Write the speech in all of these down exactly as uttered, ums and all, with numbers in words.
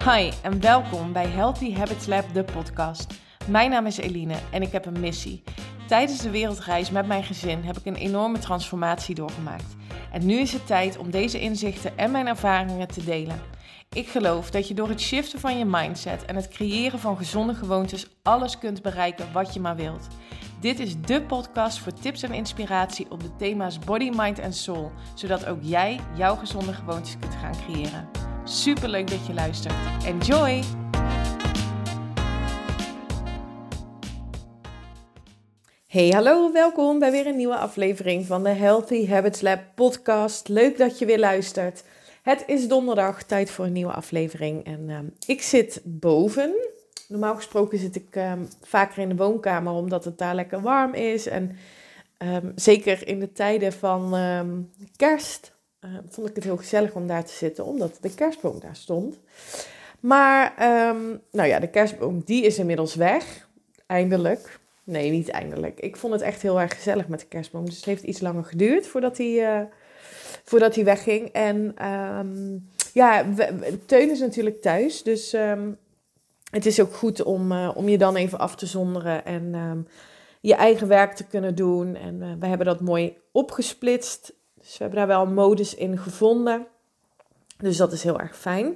Hi en welkom bij Healthy Habits Lab, de podcast. Mijn naam is Eline en ik heb een missie. Tijdens de wereldreis met mijn gezin heb ik een enorme transformatie doorgemaakt. En nu is het tijd om deze inzichten en mijn ervaringen te delen. Ik geloof dat je door het shiften van je mindset en het creëren van gezonde gewoontes alles kunt bereiken wat je maar wilt. Dit is dé podcast voor tips en inspiratie op de thema's body, mind en soul, zodat ook jij jouw gezonde gewoontes kunt gaan creëren. Super leuk dat je luistert. Enjoy! Hey, hallo, welkom bij weer een nieuwe aflevering van de Healthy Habits Lab podcast. Leuk dat je weer luistert. Het is donderdag, tijd voor een nieuwe aflevering en uh, ik zit boven. Normaal gesproken zit ik uh, vaker in de woonkamer omdat het daar lekker warm is. En um, zeker in de tijden van um, kerst uh, vond ik het heel gezellig om daar te zitten, omdat de kerstboom daar stond. Maar um, nou ja, de kerstboom die is inmiddels weg, eindelijk. Nee, niet eindelijk. Ik vond het echt heel erg gezellig met de kerstboom. Dus het heeft iets langer geduurd voordat hij, uh, voordat hij wegging. En um, ja, we, Teun is natuurlijk thuis. Dus um, het is ook goed om, uh, om je dan even af te zonderen en um, je eigen werk te kunnen doen. En uh, we hebben dat mooi opgesplitst. Dus we hebben daar wel een modus in gevonden. Dus dat is heel erg fijn.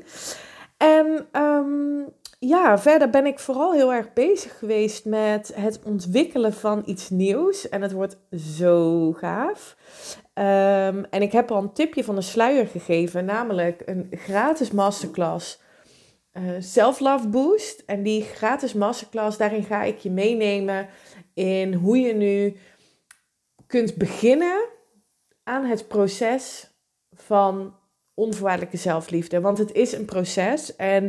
En um, ja, verder ben ik vooral heel erg bezig geweest met het ontwikkelen van iets nieuws. En het wordt zo gaaf. Um, en ik heb al een tipje van de sluier gegeven, namelijk een gratis masterclass uh, Self-Love Boost. En die gratis masterclass, daarin ga ik je meenemen in hoe je nu kunt beginnen aan het proces van onvoorwaardelijke zelfliefde. Want het is een proces en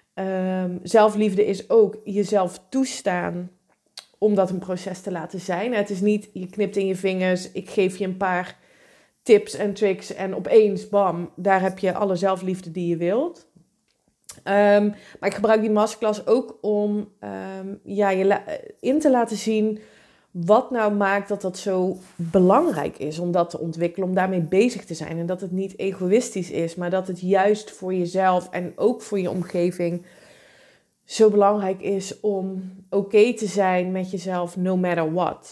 um, zelfliefde is ook jezelf toestaan om dat een proces te laten zijn. Het is niet, je knipt in je vingers, ik geef je een paar tips en tricks en opeens, bam, daar heb je alle zelfliefde die je wilt. Um, maar ik gebruik die masterclass ook om um, ja, je la- in te laten zien wat nou maakt dat dat zo belangrijk is om dat te ontwikkelen, om daarmee bezig te zijn. En dat het niet egoïstisch is, maar dat het juist voor jezelf en ook voor je omgeving zo belangrijk is om oké te zijn met jezelf, no matter what.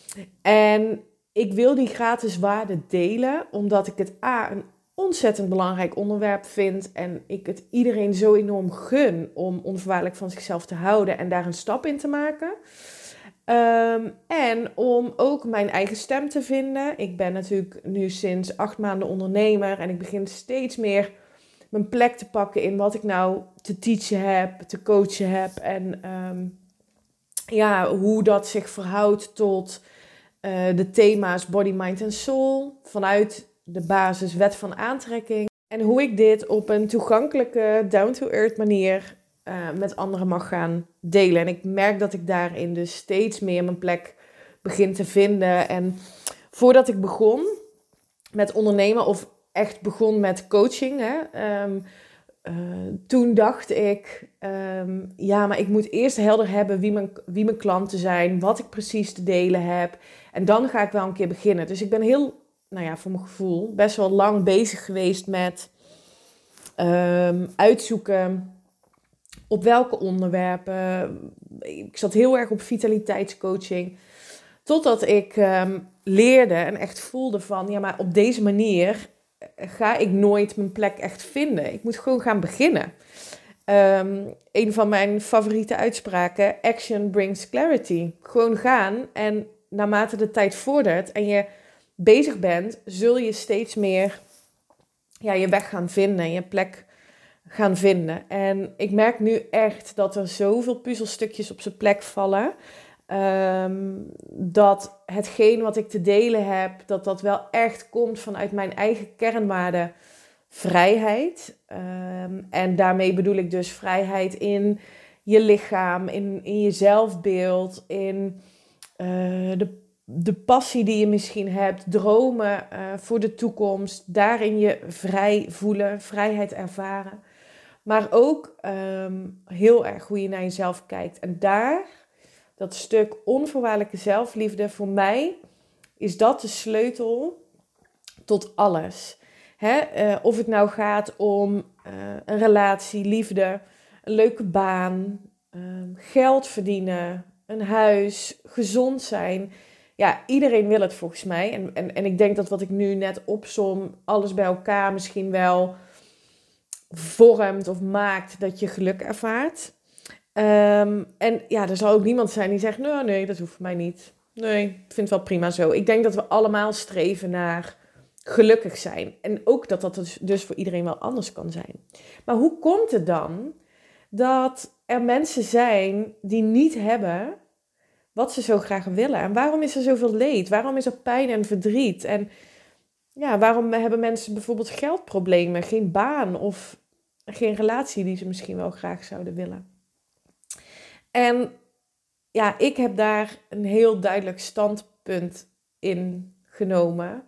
En ik wil die gratis waarde delen, omdat ik het A, een ontzettend belangrijk onderwerp vind en ik het iedereen zo enorm gun om onvoorwaardelijk van zichzelf te houden en daar een stap in te maken. Um, en om ook mijn eigen stem te vinden. Ik ben natuurlijk nu sinds acht maanden ondernemer en ik begin steeds meer mijn plek te pakken in wat ik nou te teachen heb, te coachen heb en um, ja, hoe dat zich verhoudt tot uh, de thema's body, mind en soul vanuit de basis wet van aantrekking. En hoe ik dit op een toegankelijke, down-to-earth manier uh, met anderen mag gaan delen. En ik merk dat ik daarin dus steeds meer mijn plek begin te vinden. En voordat ik begon met ondernemen of echt begon met coaching, hè, um, uh, toen dacht ik, um, ja, maar ik moet eerst helder hebben wie mijn, wie mijn klanten zijn, wat ik precies te delen heb. En dan ga ik wel een keer beginnen. Dus ik ben heel, nou ja, voor mijn gevoel, best wel lang bezig geweest met um, uitzoeken op welke onderwerpen. Ik zat heel erg op vitaliteitscoaching. Totdat ik um, leerde en echt voelde van, ja, maar op deze manier ga ik nooit mijn plek echt vinden. Ik moet gewoon gaan beginnen. Um, een van mijn favoriete uitspraken, action brings clarity. Gewoon gaan en naarmate de tijd vordert en je bezig bent, zul je steeds meer ja, je weg gaan vinden, je plek gaan vinden. En ik merk nu echt dat er zoveel puzzelstukjes op zijn plek vallen. Um, dat hetgeen wat ik te delen heb, dat dat wel echt komt vanuit mijn eigen kernwaarde vrijheid. Um, en daarmee bedoel ik dus vrijheid in je lichaam, in, in je zelfbeeld, in uh, de, de passie die je misschien hebt, dromen uh, voor de toekomst, daarin je vrij voelen, vrijheid ervaren. Maar ook um, heel erg hoe je naar jezelf kijkt. En daar, dat stuk onvoorwaardelijke zelfliefde, voor mij is dat de sleutel tot alles. Hè? Uh, of het nou gaat om uh, een relatie, liefde, een leuke baan, um, geld verdienen, een huis, gezond zijn. Ja, iedereen wil het volgens mij. En, en, en ik denk dat wat ik nu net opsom, alles bij elkaar misschien wel vormt of maakt dat je geluk ervaart. Um, en ja, er zal ook niemand zijn die zegt, nou nee, dat hoeft voor mij niet. Nee, ik vind het wel prima zo. Ik denk dat we allemaal streven naar gelukkig zijn. En ook dat dat dus, dus voor iedereen wel anders kan zijn. Maar hoe komt het dan dat er mensen zijn die niet hebben wat ze zo graag willen? En waarom is er zoveel leed? Waarom is er pijn en verdriet? En ja, waarom hebben mensen bijvoorbeeld geldproblemen, geen baan of geen relatie die ze misschien wel graag zouden willen? En ja, ik heb daar een heel duidelijk standpunt in genomen.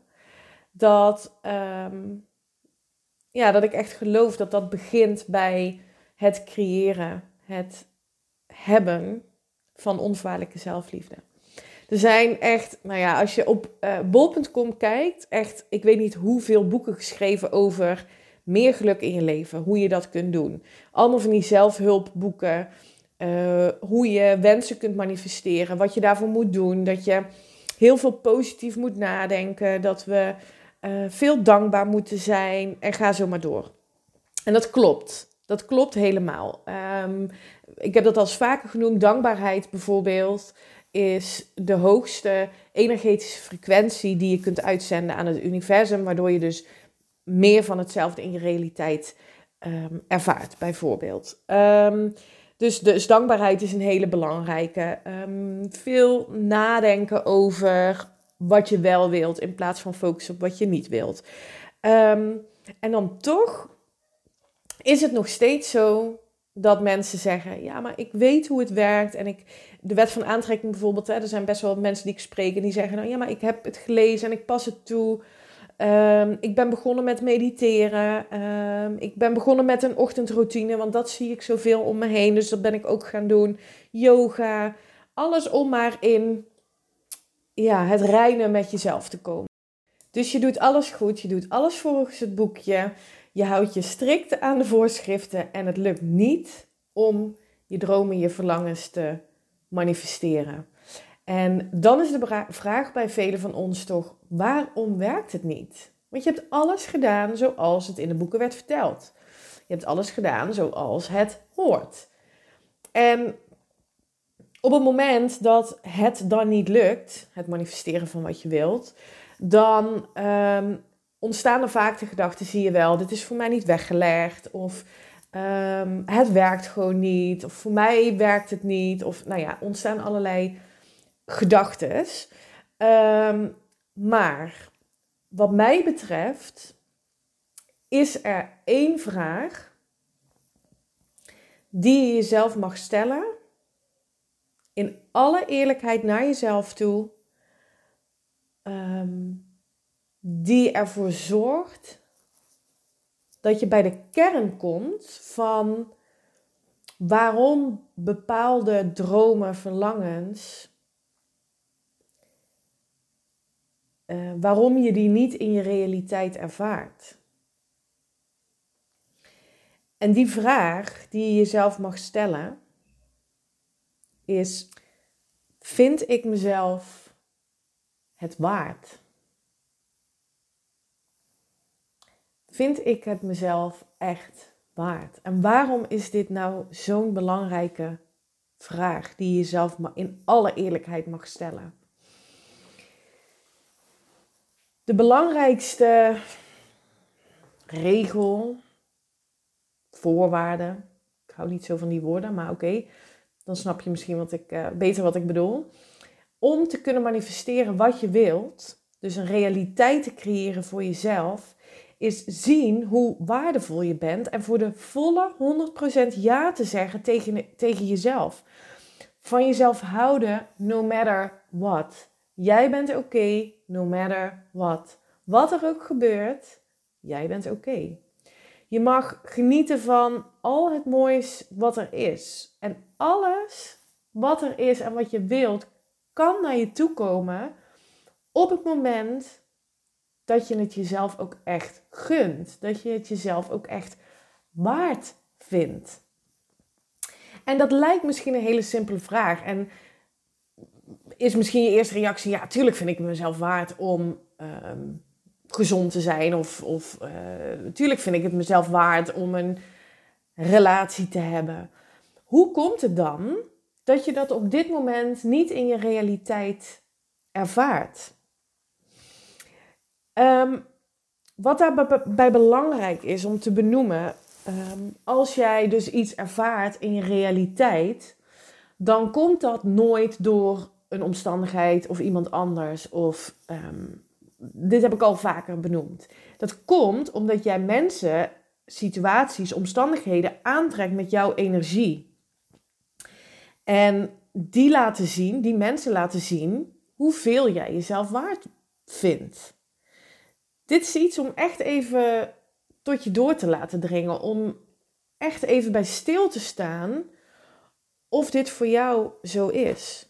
Dat, um, ja, dat ik echt geloof dat dat begint bij het creëren, het hebben van onvoorwaardelijke zelfliefde. Er zijn echt, nou ja, als je op uh, bol punt com kijkt, echt, ik weet niet hoeveel boeken geschreven over meer geluk in je leven. Hoe je dat kunt doen. Allemaal van die zelfhulpboeken. Uh, hoe je wensen kunt manifesteren. Wat je daarvoor moet doen. Dat je heel veel positief moet nadenken. Dat we uh, veel dankbaar moeten zijn. En ga zo maar door. En dat klopt. Dat klopt helemaal. Um, ik heb dat al vaker genoemd. Dankbaarheid bijvoorbeeld is de hoogste energetische frequentie die je kunt uitzenden aan het universum. Waardoor je dus meer van hetzelfde in je realiteit um, ervaart, bijvoorbeeld. Um, dus, dus dankbaarheid is een hele belangrijke. Um, veel nadenken over wat je wel wilt in plaats van focussen op wat je niet wilt. Um, en dan toch is het nog steeds zo dat mensen zeggen, ja, maar ik weet hoe het werkt. En ik, de wet van aantrekking bijvoorbeeld, hè, er zijn best wel mensen die ik spreek en die zeggen, nou ja, maar ik heb het gelezen en ik pas het toe. Um, ik ben begonnen met mediteren. Um, ik ben begonnen met een ochtendroutine, want dat zie ik zoveel om me heen. Dus dat ben ik ook gaan doen. Yoga. Alles om maar in ja, het reinen met jezelf te komen. Dus je doet alles goed. Je doet alles volgens het boekje. Je houdt je strikt aan de voorschriften. En het lukt niet om je dromen, je verlangens te manifesteren. En dan is de vraag bij velen van ons toch, waarom werkt het niet? Want je hebt alles gedaan zoals het in de boeken werd verteld. Je hebt alles gedaan zoals het hoort. En op het moment dat het dan niet lukt, het manifesteren van wat je wilt, dan um, ontstaan er vaak de gedachten, zie je wel, dit is voor mij niet weggelegd. Of um, het werkt gewoon niet. Of voor mij werkt het niet. Of nou ja, ontstaan allerlei gedachtes. Um, maar wat mij betreft is er één vraag die je jezelf mag stellen, in alle eerlijkheid naar jezelf toe, um, die ervoor zorgt dat je bij de kern komt van waarom bepaalde dromen, verlangens, Uh, waarom je die niet in je realiteit ervaart. En die vraag die je jezelf mag stellen is, vind ik mezelf het waard? Vind ik het mezelf echt waard? En waarom is dit nou zo'n belangrijke vraag die je jezelf in alle eerlijkheid mag stellen? De belangrijkste regel, voorwaarde, ik hou niet zo van die woorden, maar oké, okay, dan snap je misschien wat ik, uh, beter wat ik bedoel. Om te kunnen manifesteren wat je wilt, dus een realiteit te creëren voor jezelf, is zien hoe waardevol je bent en voor de volle honderd procent ja te zeggen tegen, tegen jezelf. Van jezelf houden, no matter what. Jij bent oké, okay, no matter what. Wat er ook gebeurt, jij bent oké. Okay. Je mag genieten van al het moois wat er is. En alles wat er is en wat je wilt, kan naar je toe komen op het moment dat je het jezelf ook echt gunt. Dat je het jezelf ook echt waard vindt? En dat lijkt misschien een hele simpele vraag. En is misschien je eerste reactie, ja, tuurlijk vind ik mezelf waard om um, gezond te zijn. Of, of uh, tuurlijk vind ik het mezelf waard om een relatie te hebben. Hoe komt het dan dat je dat op dit moment niet in je realiteit ervaart? Um, wat daarbij belangrijk is om te benoemen, um, als jij dus iets ervaart in je realiteit, dan komt dat nooit door een omstandigheid of iemand anders. Of um, dit heb ik al vaker benoemd. Dat komt omdat jij mensen, situaties, omstandigheden aantrekt met jouw energie. En die laten zien, die mensen laten zien hoeveel jij jezelf waard vindt. Dit is iets om echt even tot je door te laten dringen. Om echt even bij stil te staan of dit voor jou zo is.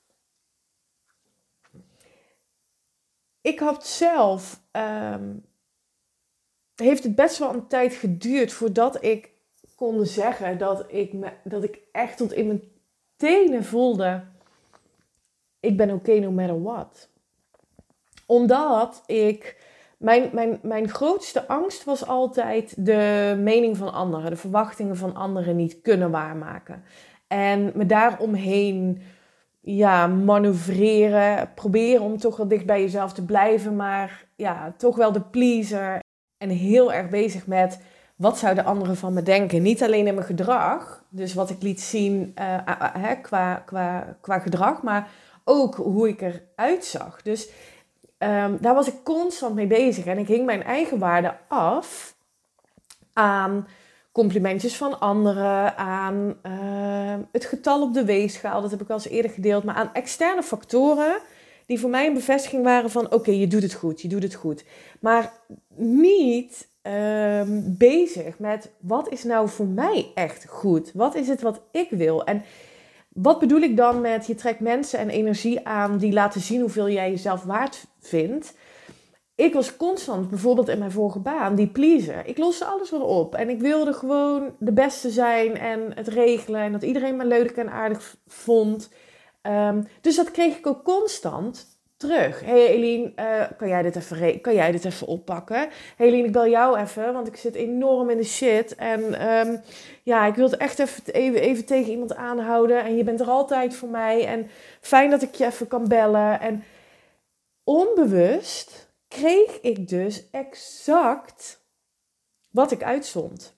Ik had zelf, um, heeft het best wel een tijd geduurd voordat ik kon zeggen dat ik, me, dat ik echt tot in mijn tenen voelde, ik ben oké no matter what. Omdat ik, mijn, mijn, mijn grootste angst was altijd de mening van anderen, de verwachtingen van anderen niet kunnen waarmaken. En me daaromheen ja, manoeuvreren, proberen om toch wel dicht bij jezelf te blijven, maar ja, toch wel de pleaser. En heel erg bezig met, wat zouden anderen van me denken? Niet alleen in mijn gedrag, dus wat ik liet zien uh, uh, uh, qua, qua, qua gedrag, maar ook hoe ik eruit zag. Dus um, daar was ik constant mee bezig. En ik hing mijn eigen waarde af aan complimentjes van anderen, aan uh, het getal op de weegschaal, dat heb ik al eens eerder gedeeld, maar aan externe factoren die voor mij een bevestiging waren van oké, okay, je doet het goed, je doet het goed. Maar niet uh, bezig met wat is nou voor mij echt goed? Wat is het wat ik wil? En wat bedoel ik dan met je trekt mensen en energie aan die laten zien hoeveel jij jezelf waard vindt? Ik was constant, bijvoorbeeld in mijn vorige baan, die pleaser. Ik loste alles wel op. En ik wilde gewoon de beste zijn en het regelen. En dat iedereen me leuk en aardig vond. Um, dus dat kreeg ik ook constant terug. Hé hey Eline, uh, kan, jij dit even re- kan jij dit even oppakken? Hé hey Eline, ik bel jou even, want ik zit enorm in de shit. En um, ja, ik wil het echt even, even, even tegen iemand aanhouden. En je bent er altijd voor mij. En fijn dat ik je even kan bellen. En onbewust kreeg ik dus exact wat ik uitzond.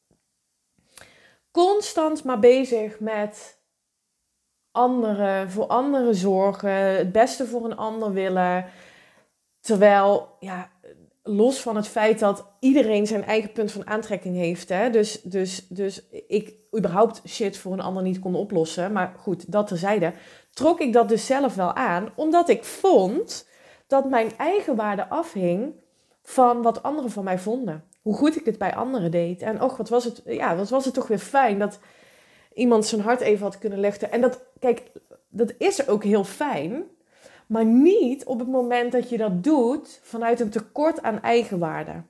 Constant maar bezig met anderen, voor anderen zorgen, het beste voor een ander willen. Terwijl, ja, los van het feit dat iedereen zijn eigen punt van aantrekking heeft. Hè? Dus, dus, dus ik überhaupt shit voor een ander niet kon oplossen. Maar goed, dat terzijde. Trok ik dat dus zelf wel aan, omdat ik vond dat mijn eigen waarde afhing van wat anderen van mij vonden. Hoe goed ik het bij anderen deed. En och, wat was het, ja, wat was het toch weer fijn dat iemand zijn hart even had kunnen leggen. En dat, kijk, dat is ook heel fijn. Maar niet op het moment dat je dat doet vanuit een tekort aan eigenwaarde.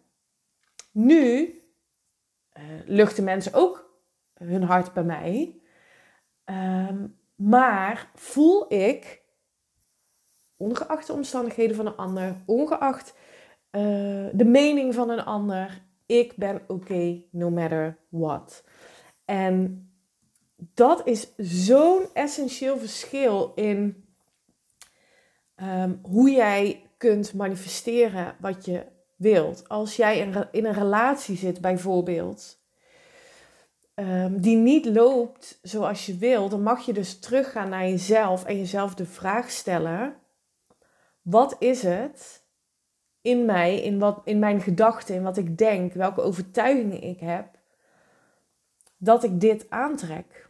Nu uh, luchten mensen ook hun hart bij mij. Um, maar voel ik, ongeacht de omstandigheden van een ander, ongeacht uh, de mening van een ander, ik ben oké okay, no matter what. En dat is zo'n essentieel verschil in um, hoe jij kunt manifesteren wat je wilt. Als jij in, in een relatie zit bijvoorbeeld, um, die niet loopt zoals je wil, dan mag je dus teruggaan naar jezelf en jezelf de vraag stellen: wat is het in mij, in, wat, in mijn gedachten, in wat ik denk, welke overtuigingen ik heb, dat ik dit aantrek?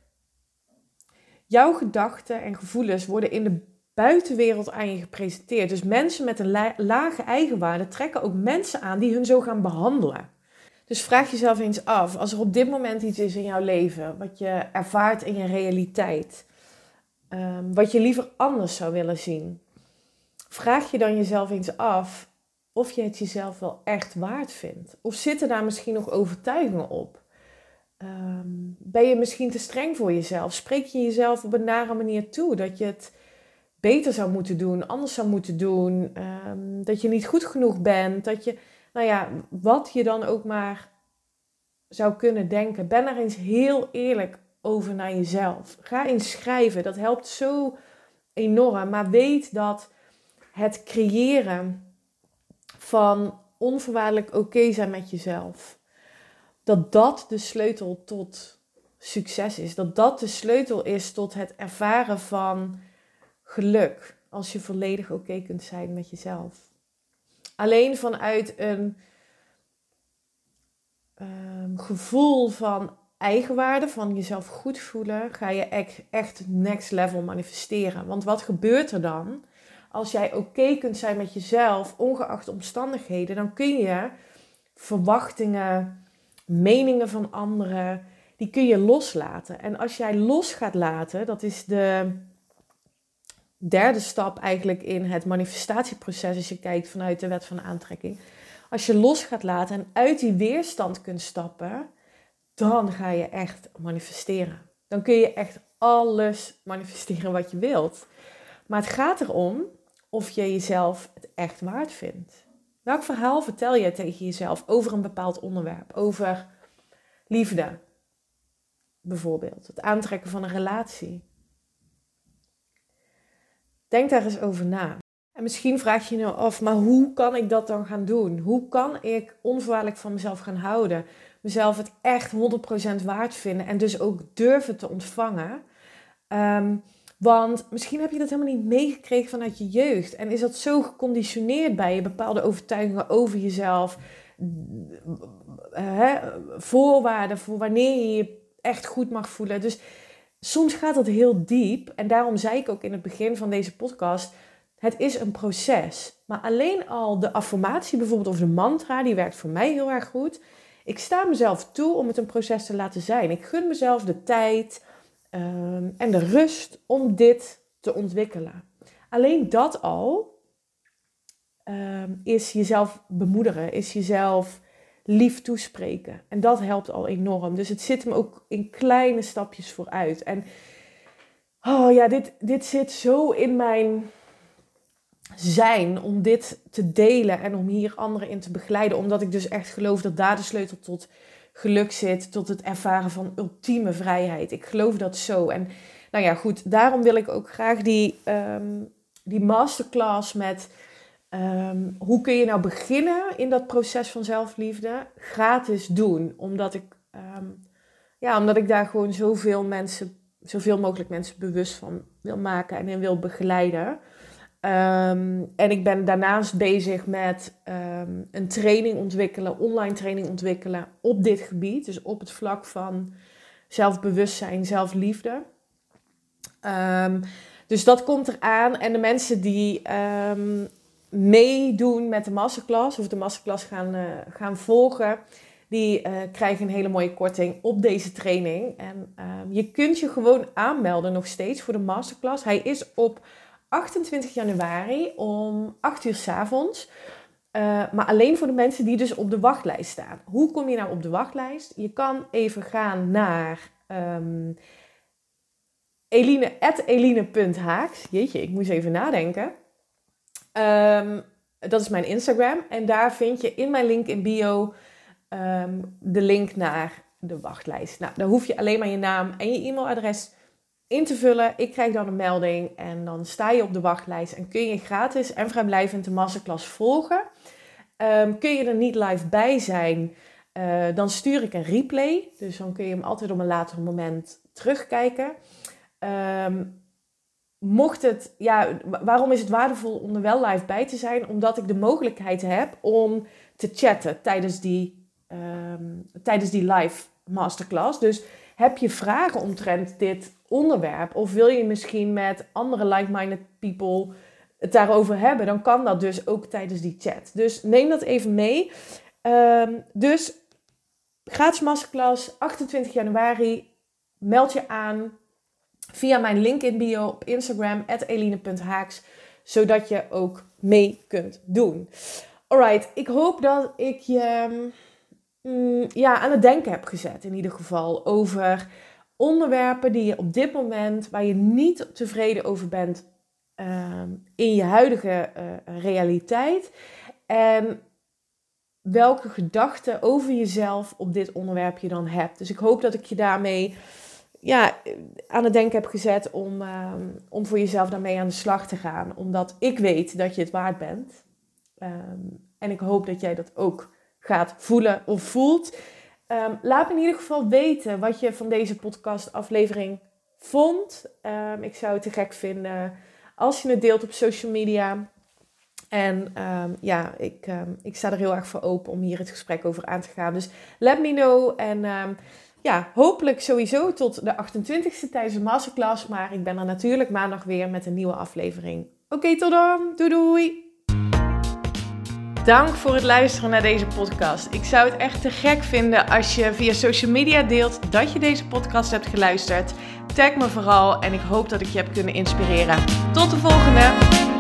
Jouw gedachten en gevoelens worden in de buitenwereld aan je gepresenteerd. Dus mensen met een la- lage eigenwaarde trekken ook mensen aan die hun zo gaan behandelen. Dus vraag jezelf eens af, als er op dit moment iets is in jouw leven, wat je ervaart in je realiteit, um, wat je liever anders zou willen zien, vraag je dan jezelf eens af of je het jezelf wel echt waard vindt. Of zitten daar misschien nog overtuigingen op? Um, ben je misschien te streng voor jezelf? Spreek je jezelf op een nare manier toe dat je het beter zou moeten doen, anders zou moeten doen, um, dat je niet goed genoeg bent, dat je, nou ja, wat je dan ook maar zou kunnen denken. Ben er eens heel eerlijk over naar jezelf. Ga eens schrijven, dat helpt zo enorm. Maar weet dat het creëren van onvoorwaardelijk oké zijn met jezelf, dat dat de sleutel tot succes is. Dat dat de sleutel is tot het ervaren van geluk. Als je volledig oké kunt zijn met jezelf. Alleen vanuit een um, gevoel van eigenwaarde, van jezelf goed voelen, ga je echt, echt next level manifesteren. Want wat gebeurt er dan? Als jij oké kunt zijn met jezelf, ongeacht omstandigheden, dan kun je verwachtingen, meningen van anderen, die kun je loslaten. En als jij los gaat laten, dat is de derde stap eigenlijk in het manifestatieproces, als je kijkt vanuit de wet van de aantrekking. Als je los gaat laten en uit die weerstand kunt stappen, dan ga je echt manifesteren. Dan kun je echt alles manifesteren wat je wilt. Maar het gaat erom of je jezelf het echt waard vindt. Welk verhaal vertel je tegen jezelf over een bepaald onderwerp? Over liefde, bijvoorbeeld. Het aantrekken van een relatie. Denk daar eens over na. En misschien vraag je je nou af, maar hoe kan ik dat dan gaan doen? Hoe kan ik onvoorwaardelijk van mezelf gaan houden? Mezelf het echt honderd procent waard vinden en dus ook durven te ontvangen. Um, want misschien heb je dat helemaal niet meegekregen vanuit je jeugd. En is dat zo geconditioneerd bij je, bepaalde overtuigingen over jezelf. Uh, voorwaarden voor wanneer je je echt goed mag voelen. Dus soms gaat dat heel diep. En daarom zei ik ook in het begin van deze podcast, het is een proces. Maar alleen al de affirmatie bijvoorbeeld, of de mantra, die werkt voor mij heel erg goed. Ik sta mezelf toe om het een proces te laten zijn. Ik gun mezelf de tijd um, en de rust om dit te ontwikkelen. Alleen dat al um, is jezelf bemoedigen, is jezelf lief toespreken. En dat helpt al enorm. Dus het zit hem ook in kleine stapjes vooruit. En oh ja, dit, dit zit zo in mijn zijn om dit te delen en om hier anderen in te begeleiden. Omdat ik dus echt geloof dat daar de sleutel tot geluk zit, tot het ervaren van ultieme vrijheid. Ik geloof dat zo. En nou ja, goed, daarom wil ik ook graag die, um, die masterclass met um, hoe kun je nou beginnen in dat proces van zelfliefde gratis doen. Omdat ik, um, ja, omdat ik daar gewoon zoveel mensen, zoveel mogelijk mensen bewust van wil maken en in wil begeleiden. Um, en ik ben daarnaast bezig met um, een training ontwikkelen, online training ontwikkelen op dit gebied. Dus op het vlak van zelfbewustzijn, zelfliefde. Um, dus dat komt eraan. En de mensen die um, meedoen met de masterclass of de masterclass gaan, uh, gaan volgen, die uh, krijgen een hele mooie korting op deze training. En um, je kunt je gewoon aanmelden nog steeds voor de masterclass. Hij is op achtentwintig januari om acht uur 's avonds. Uh, maar alleen voor de mensen die dus op de wachtlijst staan. Hoe kom je nou op de wachtlijst? Je kan even gaan naar um, Eline, at eline punt haaks. Jeetje, ik moest even nadenken. Um, dat is mijn Instagram. En daar vind je in mijn link in bio um, de link naar de wachtlijst. Nou, dan hoef je alleen maar je naam en je e-mailadres in te vullen. Ik krijg dan een melding en dan sta je op de wachtlijst en kun je gratis en vrijblijvend de masterclass volgen. Um, kun je er niet live bij zijn, uh, dan stuur ik een replay. Dus dan kun je hem altijd op een later moment terugkijken. Um, mocht het, ja, waarom is het waardevol om er wel live bij te zijn? Omdat ik de mogelijkheid heb om te chatten tijdens die, um, tijdens die live masterclass. Dus heb je vragen omtrent dit onderwerp of wil je misschien met andere like-minded people het daarover hebben, dan kan dat dus ook tijdens die chat. Dus neem dat even mee. Um, dus gratis masterclass, achtentwintig januari. Meld je aan via mijn link in bio op Instagram, at eline punt haaks, zodat je ook mee kunt doen. Alright, ik hoop dat ik je mm, ja, aan het denken heb gezet in ieder geval. Over onderwerpen die je op dit moment, waar je niet tevreden over bent uh, in je huidige uh, realiteit. En welke gedachten over jezelf op dit onderwerp je dan hebt. Dus ik hoop dat ik je daarmee ja, aan het denken heb gezet om, uh, om voor jezelf daarmee aan de slag te gaan. Omdat ik weet dat je het waard bent. Um, en ik hoop dat jij dat ook gaat voelen of voelt. Um, laat me in ieder geval weten wat je van deze podcastaflevering vond. Um, ik zou het te gek vinden als je het deelt op social media. En um, ja, ik, um, ik sta er heel erg voor open om hier het gesprek over aan te gaan. Dus let me know. En um, ja, hopelijk sowieso tot de achtentwintigste tijdens de masterclass. Maar ik ben er natuurlijk maandag weer met een nieuwe aflevering. Oké, okay, tot dan. Doei doei. Dank voor het luisteren naar deze podcast. Ik zou het echt te gek vinden als je via social media deelt dat je deze podcast hebt geluisterd. Tag me vooral en ik hoop dat ik je heb kunnen inspireren. Tot de volgende!